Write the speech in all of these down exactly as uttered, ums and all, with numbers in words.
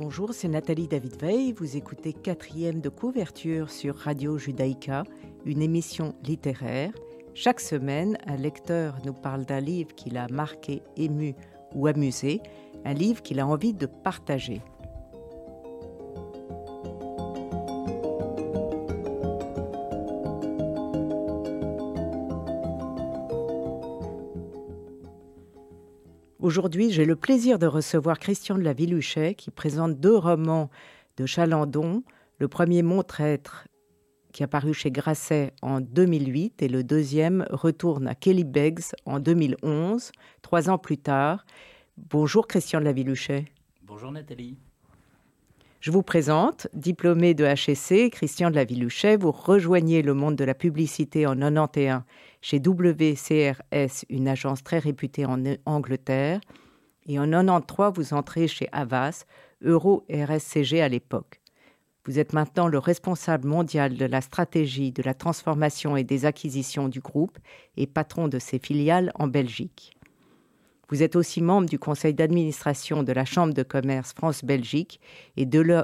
Bonjour, c'est Nathalie David-Veil. Vous écoutez Quatrième de couverture sur Radio Judaïka, une émission littéraire. Chaque semaine, un lecteur nous parle d'un livre qui l'a marqué, ému ou amusé, un livre qu'il a envie de partager. Aujourd'hui, j'ai le plaisir de recevoir Christian de la Villuchet qui présente deux romans de Chalandon. Le premier, Mon traître, qui a paru chez Grasset en deux mille huit, et le deuxième retourne à Kelly Beggs en deux mille onze, trois ans plus tard. Bonjour Christian de la Villuchet. Bonjour Nathalie. Je vous présente, diplômé de H E C, Christian de la Villuchet. Vous rejoignez le monde de la publicité en quatre-vingt-onze chez W C R S, une agence très réputée en Angleterre. Et en quatre-vingt-treize, vous entrez chez Havas, Euro R S C G à l'époque. Vous êtes maintenant le responsable mondial de la stratégie, de la transformation et des acquisitions du groupe et patron de ses filiales en Belgique. Vous êtes aussi membre du conseil d'administration de la Chambre de commerce France-Belgique et de l'E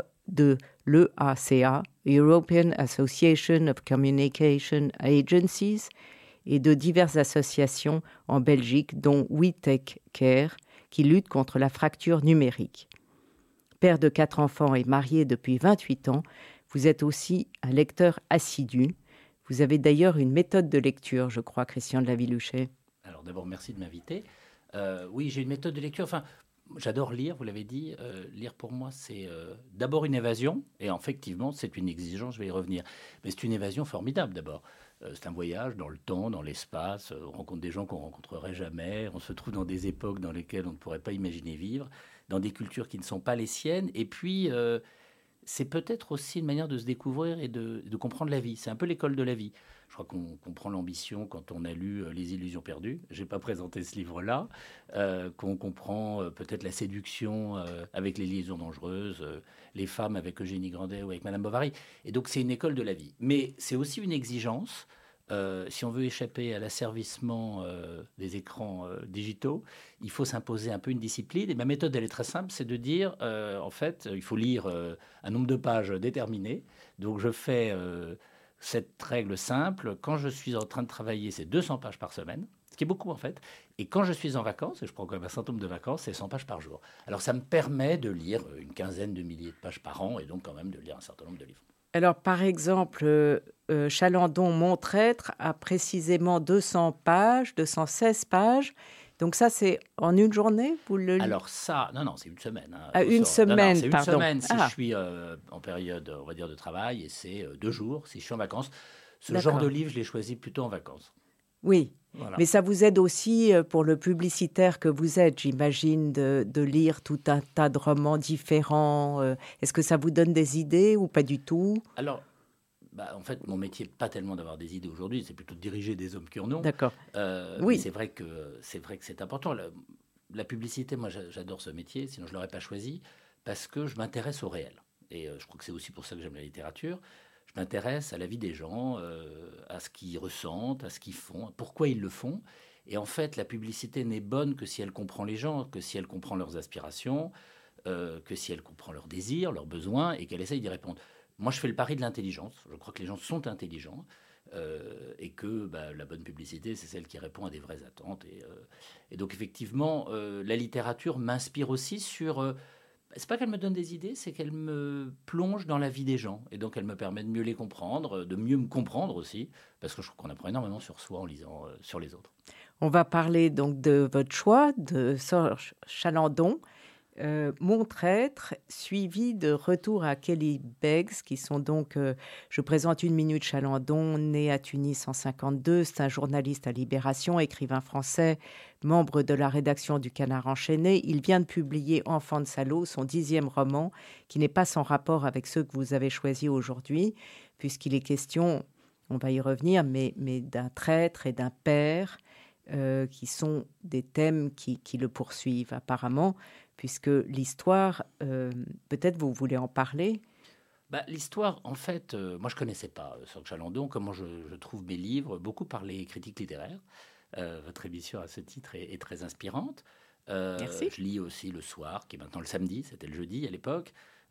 A C A, European Association of Communication Agencies, et de diverses associations en Belgique, dont We Take Care, qui lutte contre la fracture numérique. Père de quatre enfants et marié depuis vingt-huit ans, vous êtes aussi un lecteur assidu. Vous avez d'ailleurs une méthode de lecture, je crois, Christian de la Villuchet. Alors d'abord, merci de m'inviter. Euh, oui, j'ai une méthode de lecture. Enfin, j'adore lire, vous l'avez dit. Euh, lire pour moi, c'est euh, d'abord une évasion. Et effectivement, c'est une exigence, je vais y revenir. Mais c'est une évasion formidable d'abord. Euh, c'est un voyage dans le temps, dans l'espace. On rencontre des gens qu'on ne rencontrerait jamais. On se trouve dans des époques dans lesquelles on ne pourrait pas imaginer vivre, dans des cultures qui ne sont pas les siennes. Et puis, euh, c'est peut-être aussi une manière de se découvrir et de, de comprendre la vie. C'est un peu l'école de la vie. Je crois qu'on comprend l'ambition quand on a lu euh, Les Illusions perdues. Je n'ai pas présenté ce livre-là. Euh, qu'on comprend euh, peut-être la séduction euh, avec Les Liaisons dangereuses, euh, Les femmes avec Eugénie Grandet ou avec Madame Bovary. Et donc, c'est une école de la vie. Mais c'est aussi une exigence. Euh, si on veut échapper à l'asservissement euh, des écrans euh, digitaux, il faut s'imposer un peu une discipline. Et ma méthode, elle est très simple, c'est de dire, euh, en fait, il faut lire euh, un nombre de pages déterminé. Donc, je fais euh, cette règle simple. Quand je suis en train de travailler, c'est deux cents pages par semaine, ce qui est beaucoup, en fait. Et quand je suis en vacances, et je prends quand même un certain nombre de vacances, c'est cent pages par jour. Alors, ça me permet de lire une quinzaine de milliers de pages par an, et donc quand même de lire un certain nombre de livres. Alors, par exemple, euh, Chalandon, Mon traître, a précisément deux cents pages, deux cent seize pages. Donc ça, c'est en une journée, vous le... Alors ça, non, non, c'est une semaine. Hein, ah, une sort. semaine, non, non, c'est une pardon. semaine si ah. je suis euh, en période, on va dire, de travail, et c'est euh, deux jours si je suis en vacances. Ce D'accord. genre de livre, je l'ai choisi plutôt en vacances. Oui, voilà. Mais ça vous aide aussi, pour le publicitaire que vous êtes, j'imagine, de, de lire tout un tas de romans différents. Est-ce que ça vous donne des idées ou pas du tout ? Alors, bah, en fait, mon métier n'est pas tellement d'avoir des idées aujourd'hui, c'est plutôt de diriger des hommes qui en ont. D'accord. Euh, oui. Mais c'est vrai que c'est vrai que c'est important. La, la publicité, moi, j'adore ce métier, sinon je ne l'aurais pas choisi, parce que je m'intéresse au réel. Et euh, je crois que c'est aussi pour ça que j'aime la littérature. Je m'intéresse à la vie des gens, euh, à ce qu'ils ressentent, à ce qu'ils font, pourquoi ils le font. Et en fait, la publicité n'est bonne que si elle comprend les gens, que si elle comprend leurs aspirations, euh, que si elle comprend leurs désirs, leurs besoins, et qu'elle essaye d'y répondre. Moi, je fais le pari de l'intelligence. Je crois que les gens sont intelligents euh, et que bah, la bonne publicité, c'est celle qui répond à des vraies attentes. Et, euh, et donc, effectivement, euh, la littérature m'inspire aussi sur... Euh, c'est pas qu'elle me donne des idées, c'est qu'elle me plonge dans la vie des gens. Et donc, elle me permet de mieux les comprendre, de mieux me comprendre aussi, parce que je trouve qu'on apprend énormément sur soi en lisant euh, sur les autres. On va parler donc de votre choix, de Serge Chalandon. Euh, Mon traître, suivi de Retour à Kelly Beggs, qui sont donc, euh, je présente une minute Chalandon, né à Tunis en cinquante-deux, c'est un journaliste à Libération, écrivain français, membre de la rédaction du Canard enchaîné. Il vient de publier Enfant de salaud, son dixième roman, qui n'est pas sans rapport avec ceux que vous avez choisis aujourd'hui, puisqu'il est question, on va y revenir, mais, mais d'un traître et d'un père, euh, qui sont des thèmes qui, qui le poursuivent apparemment, puisque l'histoire, euh, peut-être vous voulez en parler ? Bah, l'histoire, en fait, euh, moi je ne connaissais pas euh, Serge Chalandon, comment je, je trouve mes livres, beaucoup par les critiques littéraires. Euh, votre émission à ce titre est, est très inspirante. Euh, Merci. Je lis aussi le soir, qui est maintenant le samedi, c'était le jeudi à l'époque.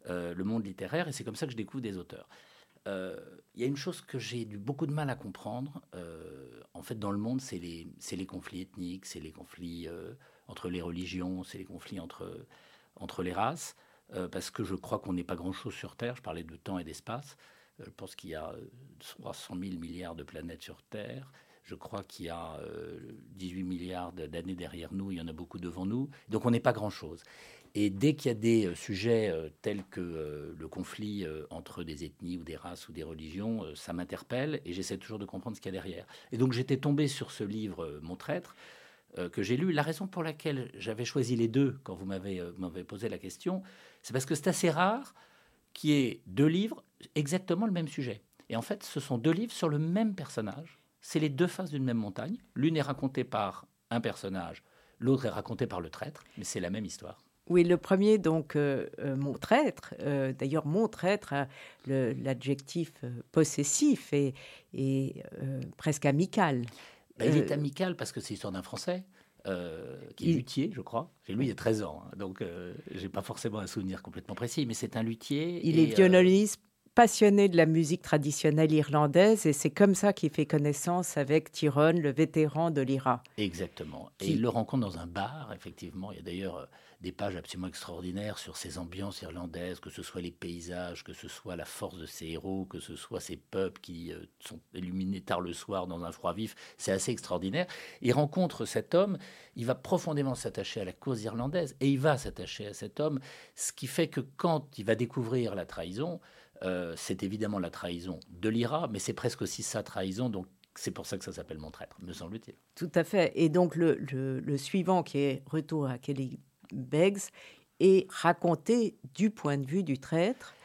euh, le monde littéraire, et c'est comme ça que je découvre des auteurs. Il euh, y a une chose que j'ai eu beaucoup de mal à comprendre, euh, en fait, dans le monde, c'est les, c'est les conflits ethniques, c'est les conflits euh, entre les religions, c'est les conflits entre, entre les races, euh, parce que je crois qu'on n'est pas grand-chose sur Terre. Je parlais de temps et d'espace. Euh, je pense qu'il y a trois cent mille milliards de planètes sur Terre. Je crois qu'il y a euh, dix-huit milliards d'années derrière nous, il y en a beaucoup devant nous. Donc on n'est pas grand-chose. Et dès qu'il y a des euh, sujets euh, tels que euh, le conflit euh, entre des ethnies ou des races ou des religions, euh, ça m'interpelle et j'essaie toujours de comprendre ce qu'il y a derrière. Et donc j'étais tombé sur ce livre, euh, Mon traître, euh, que j'ai lu. La raison pour laquelle j'avais choisi les deux quand vous m'avez, euh, m'avez posé la question, c'est parce que c'est assez rare qu'il y ait deux livres exactement le même sujet. Et en fait, ce sont deux livres sur le même personnage. C'est les deux faces d'une même montagne. L'une est racontée par un personnage, l'autre est racontée par le traître, mais c'est la même histoire. Oui, le premier, donc, euh, euh, mon traître, euh, d'ailleurs, mon traître a le, l'adjectif euh, possessif et, et euh, presque amical. Ben, il est amical parce que c'est l'histoire d'un Français euh, qui est il... luthier, je crois. J'ai lui, il y a treize ans, hein, donc euh, je n'ai pas forcément un souvenir complètement précis, mais c'est un luthier. Il et, est violoniste, euh... passionné de la musique traditionnelle irlandaise, et c'est comme ça qu'il fait connaissance avec Tyrone, le vétéran de l'I R A. Exactement. Et qui... il le rencontre dans un bar, effectivement. Il y a d'ailleurs euh, des pages absolument extraordinaires sur ces ambiances irlandaises, que ce soit les paysages, que ce soit la force de ces héros, que ce soit ces peuples qui euh, sont illuminés tard le soir dans un froid vif. C'est assez extraordinaire. Il rencontre cet homme, il va profondément s'attacher à la cause irlandaise, et il va s'attacher à cet homme, ce qui fait que quand il va découvrir la trahison, Euh, c'est évidemment la trahison de l'I R A, mais c'est presque aussi sa trahison, donc c'est pour ça que ça s'appelle Mon traître, me semble-t-il. Tout à fait. Et donc le, le, le suivant, qui est Retour à Killybegs, est raconté du point de vue du traître.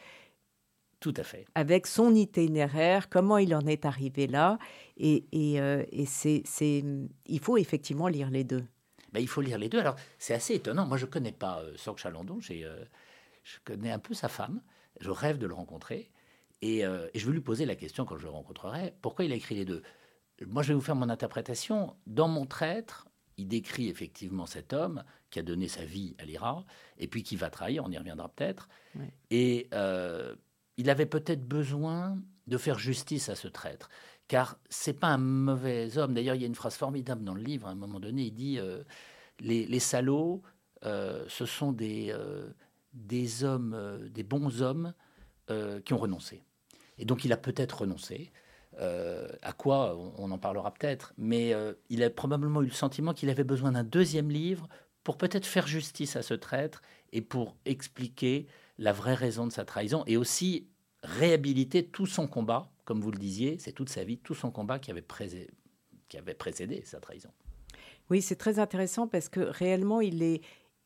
Tout à fait. Avec son itinéraire, comment il en est arrivé là. Et, et, euh, et c'est, c'est, il faut effectivement lire les deux. Ben, il faut lire les deux. Alors, c'est assez étonnant. Moi, je ne connais pas euh, Sorg Chalandon. J'ai, euh, je connais un peu sa femme. Je rêve de le rencontrer et, euh, et je vais lui poser la question quand je le rencontrerai, pourquoi il a écrit les deux. Moi, je vais vous faire mon interprétation. Dans Mon traître, il décrit effectivement cet homme qui a donné sa vie à l'I R A et puis qui va trahir, on y reviendra peut-être. Oui. Et euh, il avait peut-être besoin de faire justice à ce traître, car c'est pas un mauvais homme. D'ailleurs, il y a une phrase formidable dans le livre, à un moment donné, il dit euh, les, les salauds, euh, ce sont des... Euh, des hommes, euh, des bons hommes euh, qui ont renoncé. Et donc il a peut-être renoncé. Euh, à quoi on, on en parlera peut-être. Mais euh, il a probablement eu le sentiment qu'il avait besoin d'un deuxième livre pour peut-être faire justice à ce traître et pour expliquer la vraie raison de sa trahison et aussi réhabiliter tout son combat, comme vous le disiez, c'est toute sa vie, tout son combat qui avait, pré- qui avait précédé sa trahison. Oui, c'est très intéressant parce que réellement il est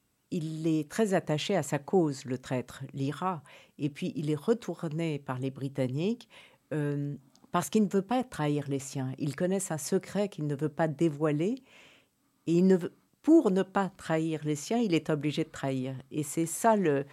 Il est très attaché à sa cause, le traître, l'I R A. Et puis, il est retourné par les Britanniques euh, parce qu'il ne veut pas trahir les siens. Ils connaissent un secret qu'il ne veut pas dévoiler. Et il ne veut, pour ne pas trahir les siens, il est obligé de trahir. Et c'est ça le,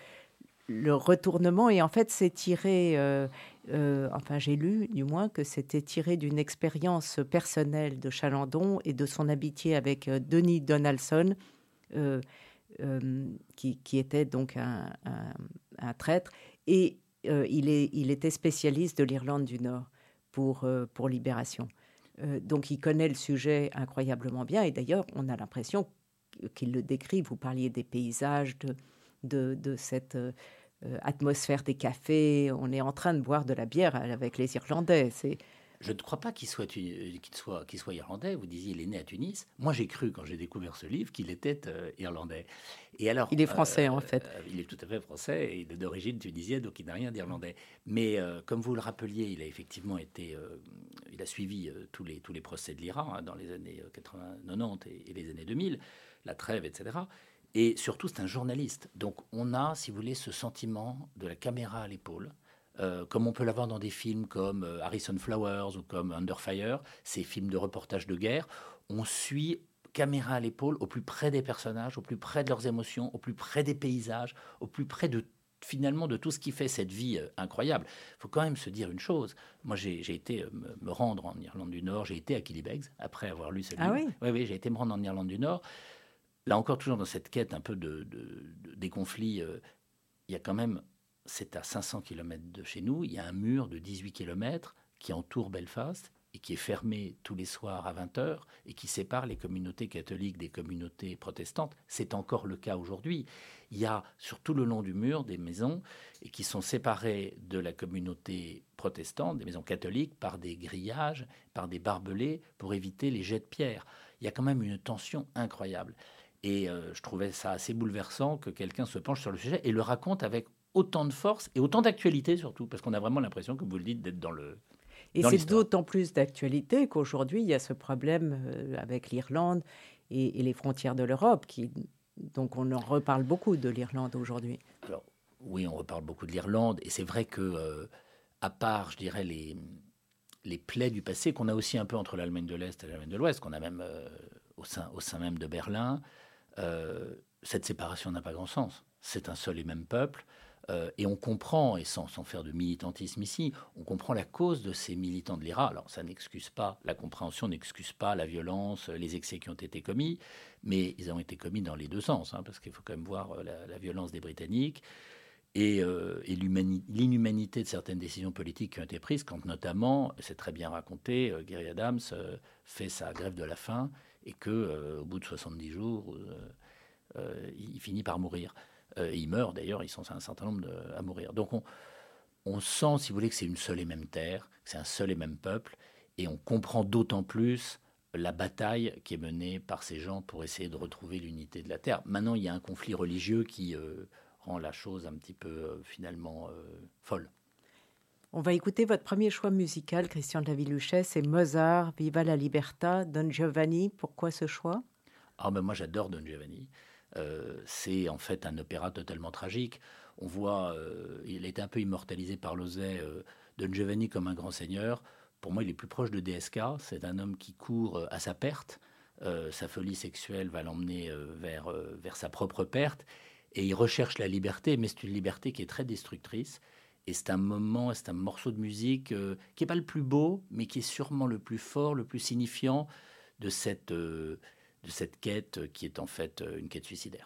le retournement. Et en fait, c'est tiré... Euh, euh, enfin, j'ai lu, du moins, que c'était tiré d'une expérience personnelle de Chalandon et de son amitié avec euh, Denis Donaldson, euh, Euh, qui, qui était donc un, un, un traître. Et euh, il, est, il était spécialiste de l'Irlande du Nord pour, euh, pour Libération. Euh, donc il connaît le sujet incroyablement bien. Et d'ailleurs, on a l'impression qu'il le décrit. Vous parliez des paysages, de, de, de cette euh, atmosphère des cafés. On est en train de boire de la bière avec les Irlandais. C'est... Je ne crois pas qu'il soit, qu'il soit, qu'il soit irlandais. Vous disiez, il est né à Tunis. Moi, j'ai cru, quand j'ai découvert ce livre, qu'il était euh, irlandais. Et alors, il est français, euh, en fait. Euh, il est tout à fait français et d'origine tunisienne, donc il n'a rien d'irlandais. Mais euh, comme vous le rappeliez, il a effectivement été... Euh, il a suivi euh, tous, les, tous les procès de l'I R A hein, dans les années quatre-vingts, quatre-vingt-dix et, et les années deux mille, la trêve, et cetera. Et surtout, c'est un journaliste. Donc, on a, si vous voulez, ce sentiment de la caméra à l'épaule, Euh, comme on peut l'avoir dans des films comme euh, Harrison Flowers ou comme Under Fire, ces films de reportage de guerre. On suit caméra à l'épaule au plus près des personnages, au plus près de leurs émotions, au plus près des paysages, au plus près de finalement de tout ce qui fait cette vie euh, incroyable. Il faut quand même se dire une chose. Moi, j'ai, j'ai été euh, me, me rendre en Irlande du Nord. J'ai été à Killybegs après avoir lu ce livre. Ah oui, oui, oui, j'ai été me rendre en Irlande du Nord. Là encore, toujours dans cette quête un peu de, de, de des conflits, euh, il y a quand même c'est à cinq cents kilomètres de chez nous, il y a un mur de dix-huit kilomètres qui entoure Belfast et qui est fermé tous les soirs à vingt heures et qui sépare les communautés catholiques des communautés protestantes. C'est encore le cas aujourd'hui. Il y a sur tout le long du mur des maisons et qui sont séparées de la communauté protestante, des maisons catholiques, par des grillages, par des barbelés pour éviter les jets de pierre. Il y a quand même une tension incroyable. Et euh, je trouvais ça assez bouleversant que quelqu'un se penche sur le sujet et le raconte avec autant de force et autant d'actualité surtout, parce qu'on a vraiment l'impression, comme vous le dites, d'être dans le... Et c'est d'autant plus d'actualité qu'aujourd'hui, il y a ce problème euh, avec l'Irlande et, et les frontières de l'Europe. Qui, donc, on en reparle beaucoup de l'Irlande aujourd'hui. Alors, oui, on reparle beaucoup de l'Irlande. Et c'est vrai que, euh, à part, je dirais, les, les plaies du passé qu'on a aussi un peu entre l'Allemagne de l'Est et l'Allemagne de l'Ouest, qu'on a même euh, au, sein, au sein même de Berlin, euh, cette séparation n'a pas grand sens. C'est un seul et même peuple. Euh, et on comprend, et sans, sans faire de militantisme ici, on comprend la cause de ces militants de l'I R A. Alors ça n'excuse pas, la compréhension n'excuse pas la violence, les excès qui ont été commis, mais ils ont été commis dans les deux sens, hein, parce qu'il faut quand même voir la, la violence des Britanniques et, euh, et l'inhumanité de certaines décisions politiques qui ont été prises, quand notamment, c'est très bien raconté, euh, Gerry Adams euh, fait sa grève de la faim et qu'au euh, bout de soixante-dix jours, euh, euh, il finit par mourir. Euh, et ils meurent, d'ailleurs, ils sont un certain nombre de, à mourir. Donc on, on sent, si vous voulez, que c'est une seule et même terre, que c'est un seul et même peuple, et on comprend d'autant plus la bataille qui est menée par ces gens pour essayer de retrouver l'unité de la terre. Maintenant, il y a un conflit religieux qui euh, rend la chose un petit peu, euh, finalement, euh, folle. On va écouter votre premier choix musical, Christian de la Villuchet, c'est Mozart, Viva la Libertà, Don Giovanni. Pourquoi ce choix ? Ah ben moi, j'adore Don Giovanni. Euh, c'est en fait un opéra totalement tragique. On voit, euh, il a été un peu immortalisé par Lozay, euh, Don Giovanni comme un grand seigneur. Pour moi, il est plus proche de D S K. C'est un homme qui court euh, à sa perte. Euh, sa folie sexuelle va l'emmener euh, vers, euh, vers sa propre perte. Et il recherche la liberté, mais c'est une liberté qui est très destructrice. Et c'est un moment, c'est un morceau de musique euh, qui n'est pas le plus beau, mais qui est sûrement le plus fort, le plus signifiant de cette... Euh, de cette quête qui est en fait une quête suicidaire.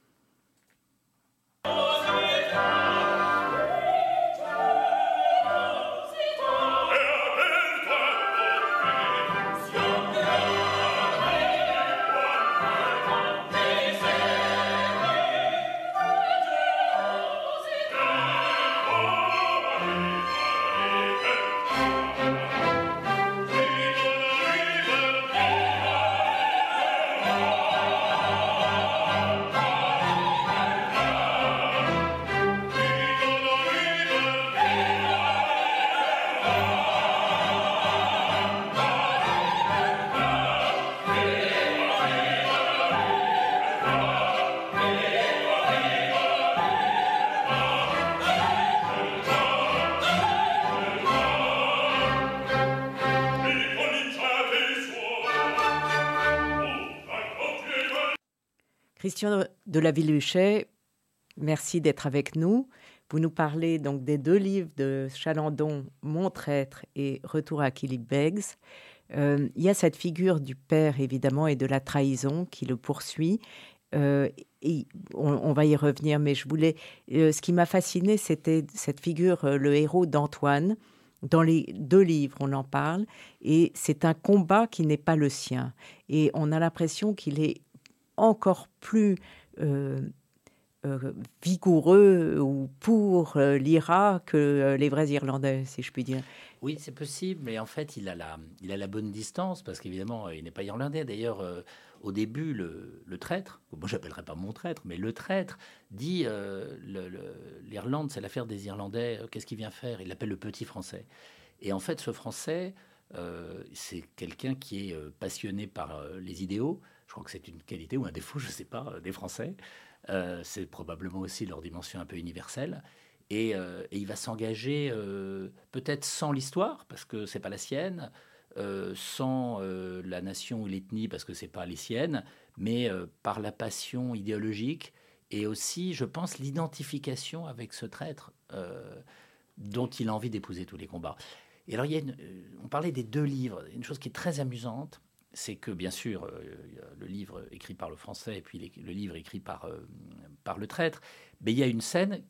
Christian de la Villuchet, merci d'être avec nous. Vous nous parlez donc des deux livres de Chalandon, Mon traître et Retour à Killybegs. Euh, il y a cette figure du père, évidemment, et de la trahison qui le poursuit. Euh, et on, on va y revenir, mais je voulais... Euh, ce qui m'a fasciné, c'était cette figure, euh, le héros d'Antoine. Dans les deux livres, on en parle. Et c'est un combat qui n'est pas le sien. Et on a l'impression qu'il est encore plus euh, euh, vigoureux ou pour euh, l'I R A que euh, les vrais Irlandais, si je puis dire. Oui, c'est possible, mais en fait, il a la, il a la bonne distance, parce qu'évidemment, il n'est pas irlandais. D'ailleurs, euh, au début, le, le traître, moi, j'appellerais pas mon traître, mais le traître dit euh, le, le, l'Irlande, c'est l'affaire des Irlandais. Qu'est-ce qu'il vient faire ? Il l'appelle le petit Français. Et en fait, ce Français, euh, c'est quelqu'un qui est euh, passionné par euh, les idéaux. Je crois que c'est une qualité ou un défaut, je ne sais pas, euh, des Français. Euh, c'est probablement aussi leur dimension un peu universelle. Et, euh, et il va s'engager euh, peut-être sans l'histoire, parce que c'est pas la sienne, euh, sans euh, la nation ou l'ethnie, parce que c'est pas les siennes, mais euh, par la passion idéologique et aussi, je pense, l'identification avec ce traître euh, dont il a envie d'épouser tous les combats. Et alors, il y a une, euh, on parlait des deux livres. Une chose qui est très amusante, c'est que, bien sûr, euh, le livre écrit par le Français et puis les, le livre écrit par, euh, par le traître, mais il y a une scène qui est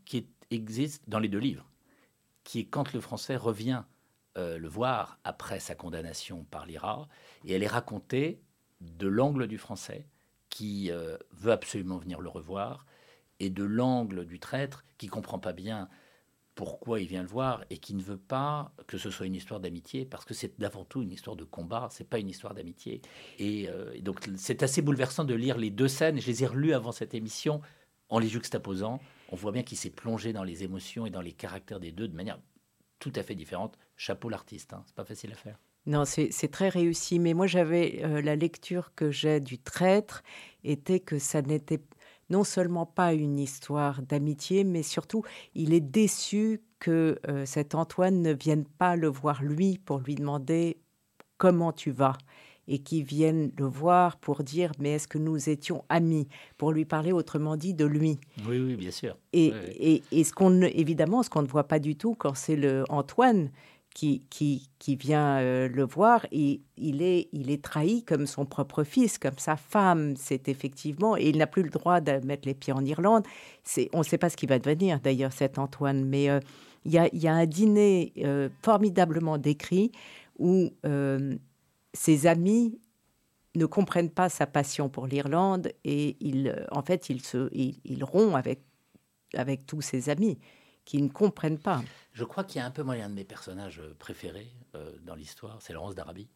existe dans les deux livres, qui est quand le Français revient euh, le voir après sa condamnation par l'I R A, et elle est racontée de l'angle du Français qui euh, veut absolument venir le revoir, et de l'angle du traître qui comprend pas bien pourquoi il vient le voir et qui ne veut pas que ce soit une histoire d'amitié, parce que c'est avant tout une histoire de combat, c'est pas une histoire d'amitié. Et, euh, et donc c'est assez bouleversant de lire les deux scènes. Je les ai relues avant cette émission en les juxtaposant. On voit bien qu'il s'est plongé dans les émotions et dans les caractères des deux de manière tout à fait différente. Chapeau l'artiste, hein. C'est pas facile à faire. Non, c'est, c'est très réussi. Mais moi, j'avais euh, la lecture que j'ai du traître était que ça n'était non seulement pas une histoire d'amitié, mais surtout, il est déçu que euh, cet Antoine ne vienne pas le voir lui pour lui demander comment tu vas et qu'il vienne le voir pour dire mais est-ce que nous étions amis, pour lui parler autrement dit de lui. Oui, oui, bien sûr. Et, Oui, oui. et, et ce qu'on, évidemment, ce qu'on ne voit pas du tout quand c'est le Antoine qui, qui, qui vient euh, le voir, et il est, il est trahi comme son propre fils, comme sa femme. C'est effectivement, et il n'a plus le droit de mettre les pieds en Irlande. C'est, on ne sait pas ce qu'il va devenir, d'ailleurs, cet Antoine. Mais euh, il y a, il y a un dîner euh, formidablement décrit où euh, ses amis ne comprennent pas sa passion pour l'Irlande, et il, en fait, il, se, il, il rompt avec, avec tous ses amis qui ne comprennent pas. Je crois qu'il y a un peu moyen de mes personnages préférés euh, dans l'histoire, c'est Laurence d'Arabie,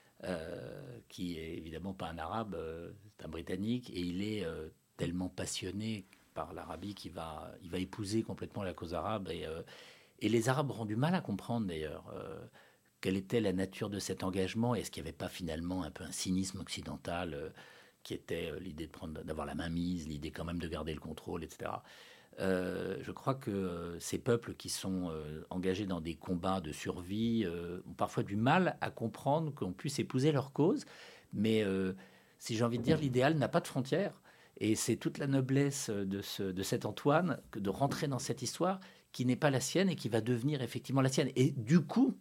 euh, qui est évidemment pas un arabe, euh, c'est un britannique, et il est euh, tellement passionné par l'Arabie qu'il va, il va épouser complètement la cause arabe. Et, euh, et les Arabes auront du mal à comprendre d'ailleurs euh, quelle était la nature de cet engagement, et est-ce qu'il n'y avait pas finalement un peu un cynisme occidental euh, qui était euh, l'idée de prendre, d'avoir la main mise, l'idée quand même de garder le contrôle, et cetera. Euh, je crois que euh, ces peuples qui sont euh, engagés dans des combats de survie euh, ont parfois du mal à comprendre qu'on puisse épouser leur cause. Mais euh, si j'ai envie de dire, l'idéal n'a pas de frontières. Et c'est toute la noblesse de, ce, de cet Antoine que de rentrer dans cette histoire qui n'est pas la sienne et qui va devenir effectivement la sienne. Et du coup,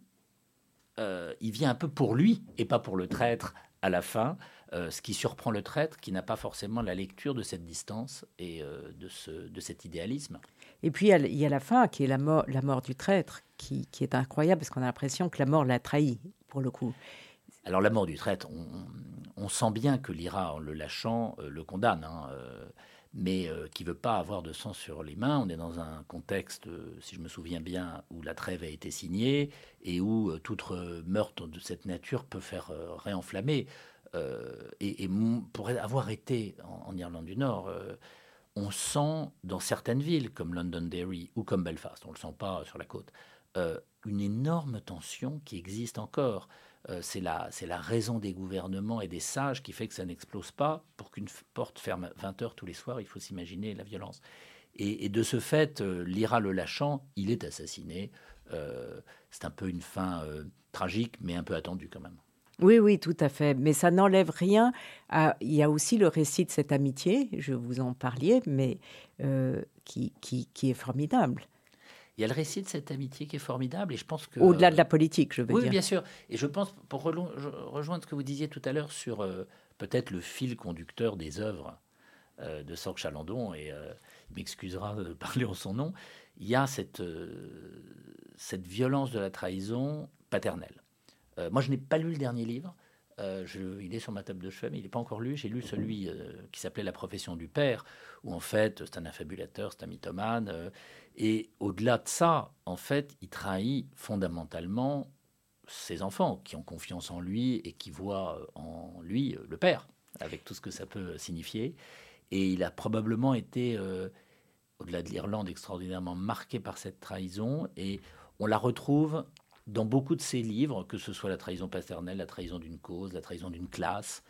euh, il vient un peu pour lui et pas pour le traître à la fin. Euh, ce qui surprend le traître, qui n'a pas forcément la lecture de cette distance et euh, de, ce, de cet idéalisme. Et puis, il y a, il y a la fin, qui est la mort, la mort du traître, qui, qui est incroyable, parce qu'on a l'impression que la mort l'a trahi, pour le coup. Alors, la mort du traître, on, on sent bien que l'I R A, en le lâchant, euh, le condamne, hein, euh, mais euh, qui ne veut pas avoir de sang sur les mains. On est dans un contexte, euh, si je me souviens bien, où la trêve a été signée et où euh, tout euh, meurtre de cette nature peut faire euh, réenflammer. Euh, et, et pour avoir été en, en Irlande du Nord, euh, on sent dans certaines villes comme Londonderry ou comme Belfast, on ne le sent pas sur la côte, euh, une énorme tension qui existe encore. Euh, c'est, la, c'est la raison des gouvernements et des sages qui fait que ça n'explose pas. Pour qu'une porte ferme vingt heures tous les soirs, il faut s'imaginer la violence. Et, et de ce fait, euh, l'I R A le lâchant, il est assassiné. Euh, c'est un peu une fin euh, tragique, mais un peu attendue quand même. Oui, oui, tout à fait. Mais ça n'enlève rien. À... Il y a aussi le récit de cette amitié, je vous en parliez, mais euh, qui, qui, qui est formidable. Il y a le récit de cette amitié qui est formidable, et je pense que... Au-delà de la politique, je veux oui, dire. Oui, bien sûr. Et je pense, pour rejoindre ce que vous disiez tout à l'heure sur euh, peut-être le fil conducteur des œuvres euh, de Sorgue Chalandon, et euh, il m'excusera de parler en son nom, il y a cette, euh, cette violence de la trahison paternelle. Euh, moi, je n'ai pas lu le dernier livre. Euh, je, il est sur ma table de chevet, mais il n'est pas encore lu. J'ai lu celui euh, qui s'appelait La profession du père, où en fait, c'est un affabulateur, c'est un mythomane. Euh, et au-delà de ça, en fait, il trahit fondamentalement ses enfants qui ont confiance en lui et qui voient en lui le père, avec tout ce que ça peut signifier. Et il a probablement été, euh, au-delà de l'Irlande, extraordinairement marqué par cette trahison. Et on la retrouve dans beaucoup de ses livres, que ce soit la trahison paternelle, la trahison d'une cause, la trahison d'une classe.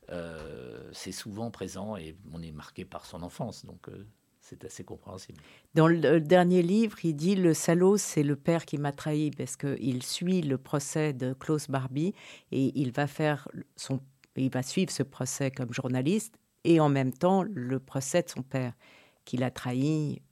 Euh, c'est souvent présent et on est marqué par son enfance. Donc, euh, c'est assez compréhensible. Dans le dernier livre, il dit « Le salaud, c'est le père qui m'a trahi » parce qu'il suit le procès de Klaus Barbie et il va, faire son, il va suivre ce procès comme journaliste et en même temps le procès de son père qui l'a trahi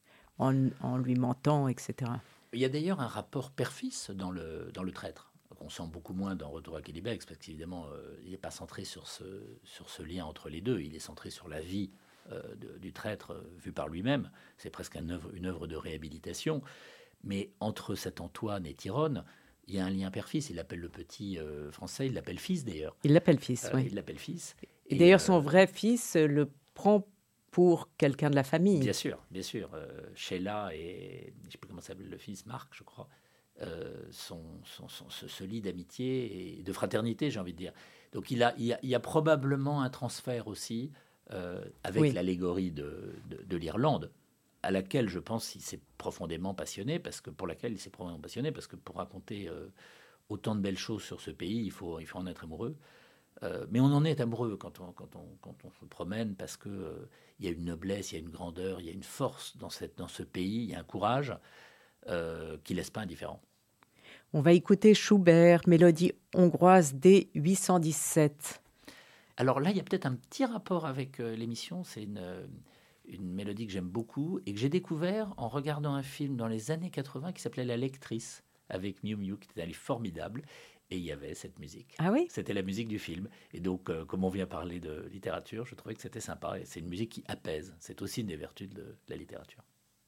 en, en lui mentant, et cetera. Il y a d'ailleurs un rapport père-fils dans le, dans le traître, qu'on sent beaucoup moins dans Retour à Québec, parce qu'évidemment, euh, il n'est pas centré sur ce, sur ce lien entre les deux. Il est centré sur la vie euh, de, du traître euh, vu par lui-même. C'est presque un œuvre, une œuvre de réhabilitation. Mais entre cet Antoine et Tyrone, il y a un lien père-fils. Il l'appelle le petit euh, français, il l'appelle fils d'ailleurs. Il l'appelle fils, Euh, oui. Il l'appelle fils. Et, et d'ailleurs, euh, son vrai fils le prend pour quelqu'un de la famille. Bien sûr, bien sûr. Euh, Sheila et, je ne sais plus comment s'appelle le fils, Marc, je crois, euh, sont, sont, sont, se, se lient d'amitié et de fraternité, j'ai envie de dire. Donc il, a, il, y, a, il y a probablement un transfert aussi euh, avec oui. l'allégorie de, de, de l'Irlande, à laquelle je pense qu'il s'est profondément passionné, parce que pour laquelle il s'est profondément passionné, parce que pour raconter euh, autant de belles choses sur ce pays, il faut, il faut en être amoureux. Euh, mais on en est amoureux quand on, quand on, quand on se promène, parce qu'il euh, y a une noblesse, il y a une grandeur, il y a une force dans, cette, dans ce pays, il y a un courage euh, qui ne laisse pas indifférent. On va écouter Schubert, mélodie hongroise D huit cent dix-sept. Alors là, il y a peut-être un petit rapport avec euh, l'émission. C'est une, euh, une mélodie que j'aime beaucoup et que j'ai découvert en regardant un film dans les années quatre-vingts qui s'appelait La Lectrice, avec Miu Miu, qui était allé formidable. Et il y avait cette musique. Ah oui ? C'était la musique du film. Et donc, euh, comme on vient parler de littérature, je trouvais que c'était sympa. Et c'est une musique qui apaise. C'est aussi une des vertus de, de la littérature.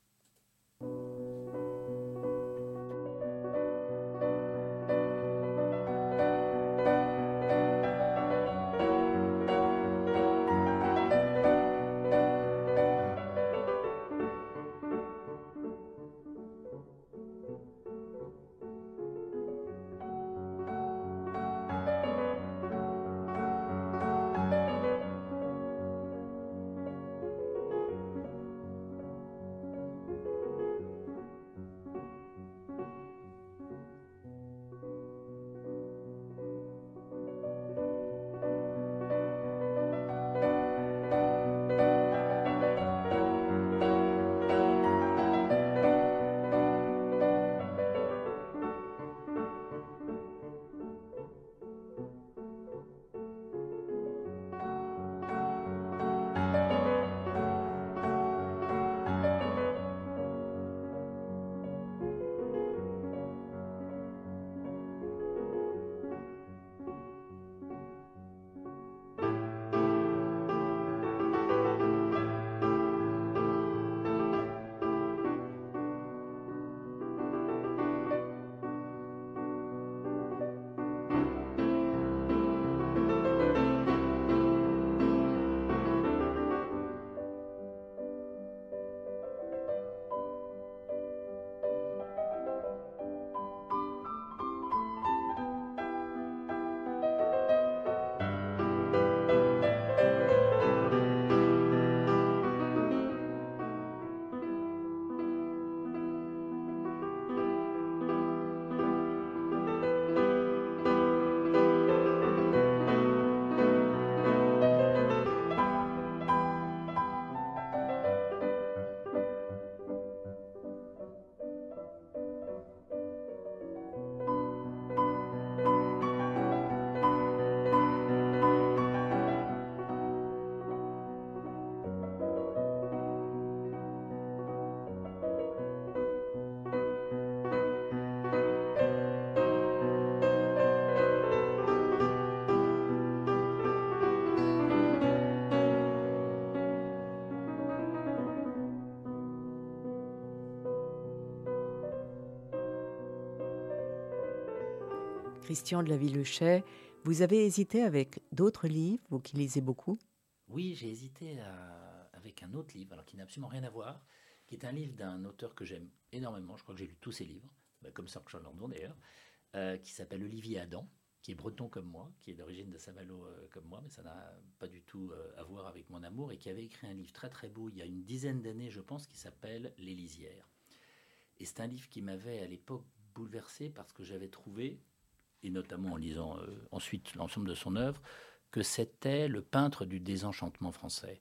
Christian de la Villuchet, vous avez hésité avec d'autres livres, vous qui lisez beaucoup ? Oui, j'ai hésité à, avec un autre livre, alors qui n'a absolument rien à voir, qui est un livre d'un auteur que j'aime énormément, je crois que j'ai lu tous ses livres, bah, comme Serge Landon d'ailleurs, euh, qui s'appelle Olivier Adam, qui est breton comme moi, qui est d'origine de Saint-Malo euh, comme moi, mais ça n'a pas du tout euh, à voir avec mon amour, et qui avait écrit un livre très très beau il y a une dizaine d'années, je pense, qui s'appelle Les Lisières. Et c'est un livre qui m'avait à l'époque bouleversé parce que j'avais trouvé, et notamment en lisant euh, ensuite l'ensemble de son œuvre, que c'était le peintre du désenchantement français.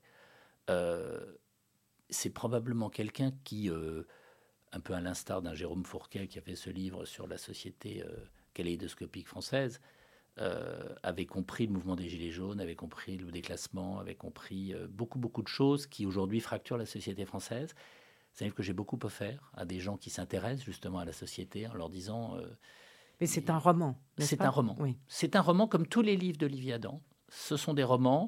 Euh, c'est probablement quelqu'un qui, euh, un peu à l'instar d'un Jérôme Fourquet qui a fait ce livre sur la société euh, kaléidoscopique française, euh, avait compris le mouvement des Gilets jaunes, avait compris le déclassement, avait compris euh, beaucoup, beaucoup de choses qui aujourd'hui fracturent la société française. C'est un livre que j'ai beaucoup offert à des gens qui s'intéressent justement à la société en leur disant... Euh, Mais c'est un roman, n'est-ce C'est pas ? un roman. Oui. C'est un roman comme tous les livres d'Olivier Adam. Ce sont des romans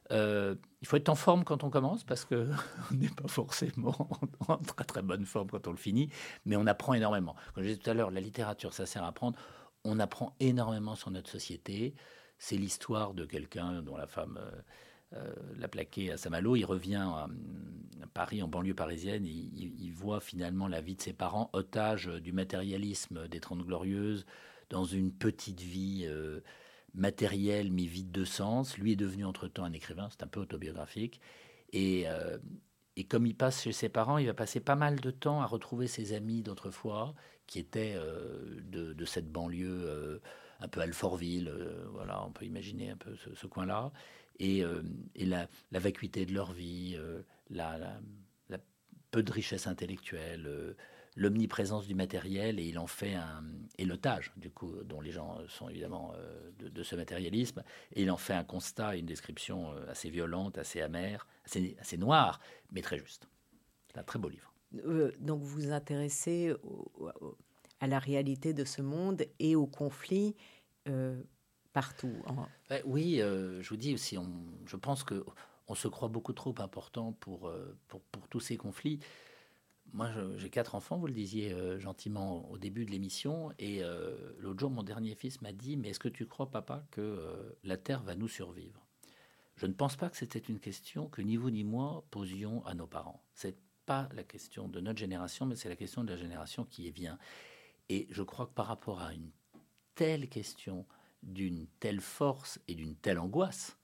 Euh, il faut être en forme quand on commence parce qu'on n'est pas forcément en très très bonne forme quand on le finit, mais on apprend énormément. Comme je disais tout à l'heure, la littérature, ça sert à apprendre. On apprend énormément sur notre société. C'est l'histoire de quelqu'un dont la femme euh, euh, l'a plaqué à Saint-Malo. Il revient à, à Paris, en banlieue parisienne. Il, il, il voit finalement la vie de ses parents, otage du matérialisme des Trente Glorieuses, dans une petite vie... Euh, matériel mais vide de sens. Lui est devenu entre-temps un écrivain, c'est un peu autobiographique. Et, euh, et comme il passe chez ses parents, il va passer pas mal de temps à retrouver ses amis d'autrefois, qui étaient euh, de, de cette banlieue euh, un peu Alfortville, euh, voilà, on peut imaginer un peu ce, ce coin-là. Et, euh, et la, la vacuité de leur vie, euh, la, la, la peu de richesse intellectuelle, euh, l'omniprésence du matériel, et il en fait un... et l'otage, du coup, dont les gens sont évidemment euh, de, de ce matérialisme, et il en fait un constat et une description euh, assez violente, assez amère, assez, assez noire, mais très juste. C'est un très beau livre. Euh, donc vous vous intéressez au, au, à la réalité de ce monde et aux conflits euh, partout. En... Ben, oui, euh, je vous dis aussi, on, je pense qu'on se croit beaucoup trop important pour, euh, pour, pour tous ces conflits. Moi, je, j'ai quatre enfants, vous le disiez euh, gentiment au début de l'émission. Et euh, l'autre jour, mon dernier fils m'a dit « Mais est-ce que tu crois, papa, que euh, la Terre va nous survivre ?» Je ne pense pas que c'était une question que ni vous ni moi posions à nos parents. Ce n'est pas la question de notre génération, mais c'est la question de la génération qui vient. Et je crois que par rapport à une telle question, d'une telle force et d'une telle angoisse,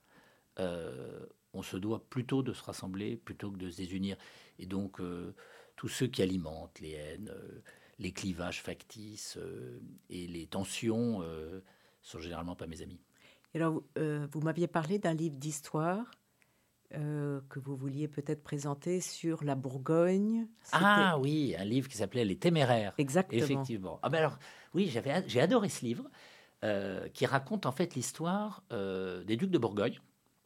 euh, on se doit plutôt de se rassembler plutôt que de se désunir. Et donc... Euh, tous ceux qui alimentent les haines, euh, les clivages factices euh, et les tensions euh, sont généralement pas mes amis. Alors, euh, vous m'aviez parlé d'un livre d'histoire euh, que vous vouliez peut-être présenter sur la Bourgogne. C'était... Ah oui, un livre qui s'appelait Les Téméraires. Exactement. Effectivement. Ah ben alors, oui, j'avais, j'ai adoré ce livre euh, qui raconte en fait l'histoire euh, des ducs de Bourgogne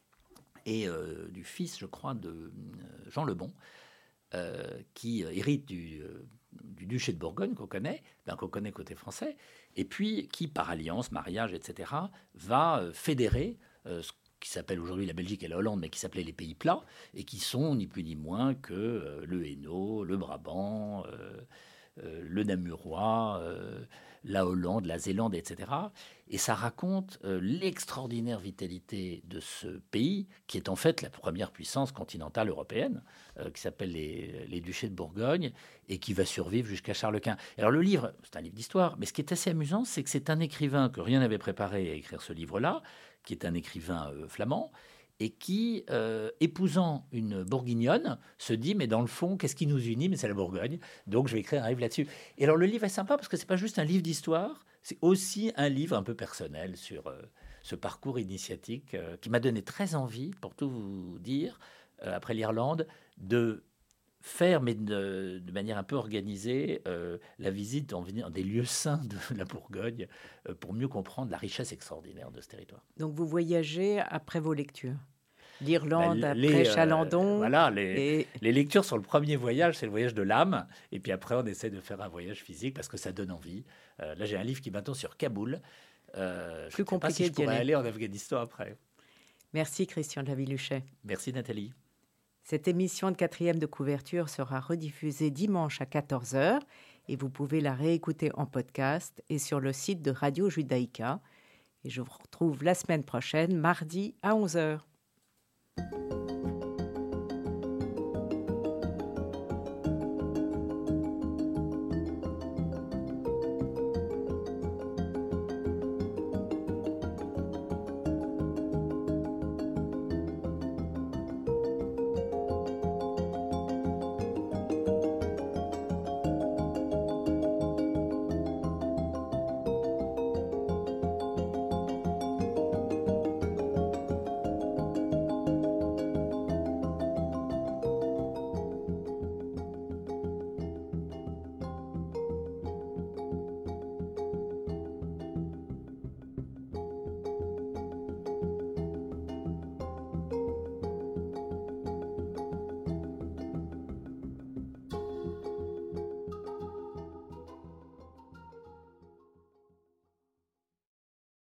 et euh, du fils, je crois, de Jean le Bon. Euh, qui euh, hérite du, euh, du duché de Bourgogne qu'on connaît, ben, qu'on connaît côté français, et puis qui, par alliance, mariage, et cetera, va euh, fédérer euh, ce qui s'appelle aujourd'hui la Belgique et la Hollande, mais qui s'appelait les Pays Plats, et qui sont ni plus ni moins que euh, le Hainaut, le Brabant, euh, euh, le Namurois, euh, la Hollande, la Zélande, et cetera. Et ça raconte euh, l'extraordinaire vitalité de ce pays, qui est en fait la première puissance continentale européenne, euh, qui s'appelle les, les Duchés de Bourgogne, et qui va survivre jusqu'à Charles Quint. Alors le livre, c'est un livre d'histoire, mais ce qui est assez amusant, c'est que c'est un écrivain que rien n'avait préparé à écrire ce livre-là, qui est un écrivain euh, flamand, et qui, euh, épousant une bourguignonne, se dit, mais dans le fond, qu'est-ce qui nous unit? Mais c'est la Bourgogne, donc je vais écrire un livre là-dessus. Et alors le livre est sympa parce que c'est pas juste un livre d'histoire, c'est aussi un livre un peu personnel sur euh, ce parcours initiatique euh, qui m'a donné très envie, pour tout vous dire, euh, après l'Irlande, de faire, mais de, de manière un peu organisée, euh, la visite en venir des lieux saints de la Bourgogne euh, pour mieux comprendre la richesse extraordinaire de ce territoire. Donc vous voyagez après vos lectures. L'Irlande bah, les, après Chalandon. Euh, voilà, les, et... les lectures sur le premier voyage, c'est le voyage de l'âme. Et puis après, on essaie de faire un voyage physique parce que ça donne envie. Euh, là, j'ai un livre qui est maintenant sur Kaboul. Euh, Plus je compliqué ne sais pas si je pourrais aller. aller en Afghanistan après. Merci Christian de la Villuchet. Merci Nathalie. Cette émission de quatrième de couverture sera rediffusée dimanche à quatorze heures et vous pouvez la réécouter en podcast et sur le site de Radio Judaïka. Et je vous retrouve la semaine prochaine, mardi à onze heures.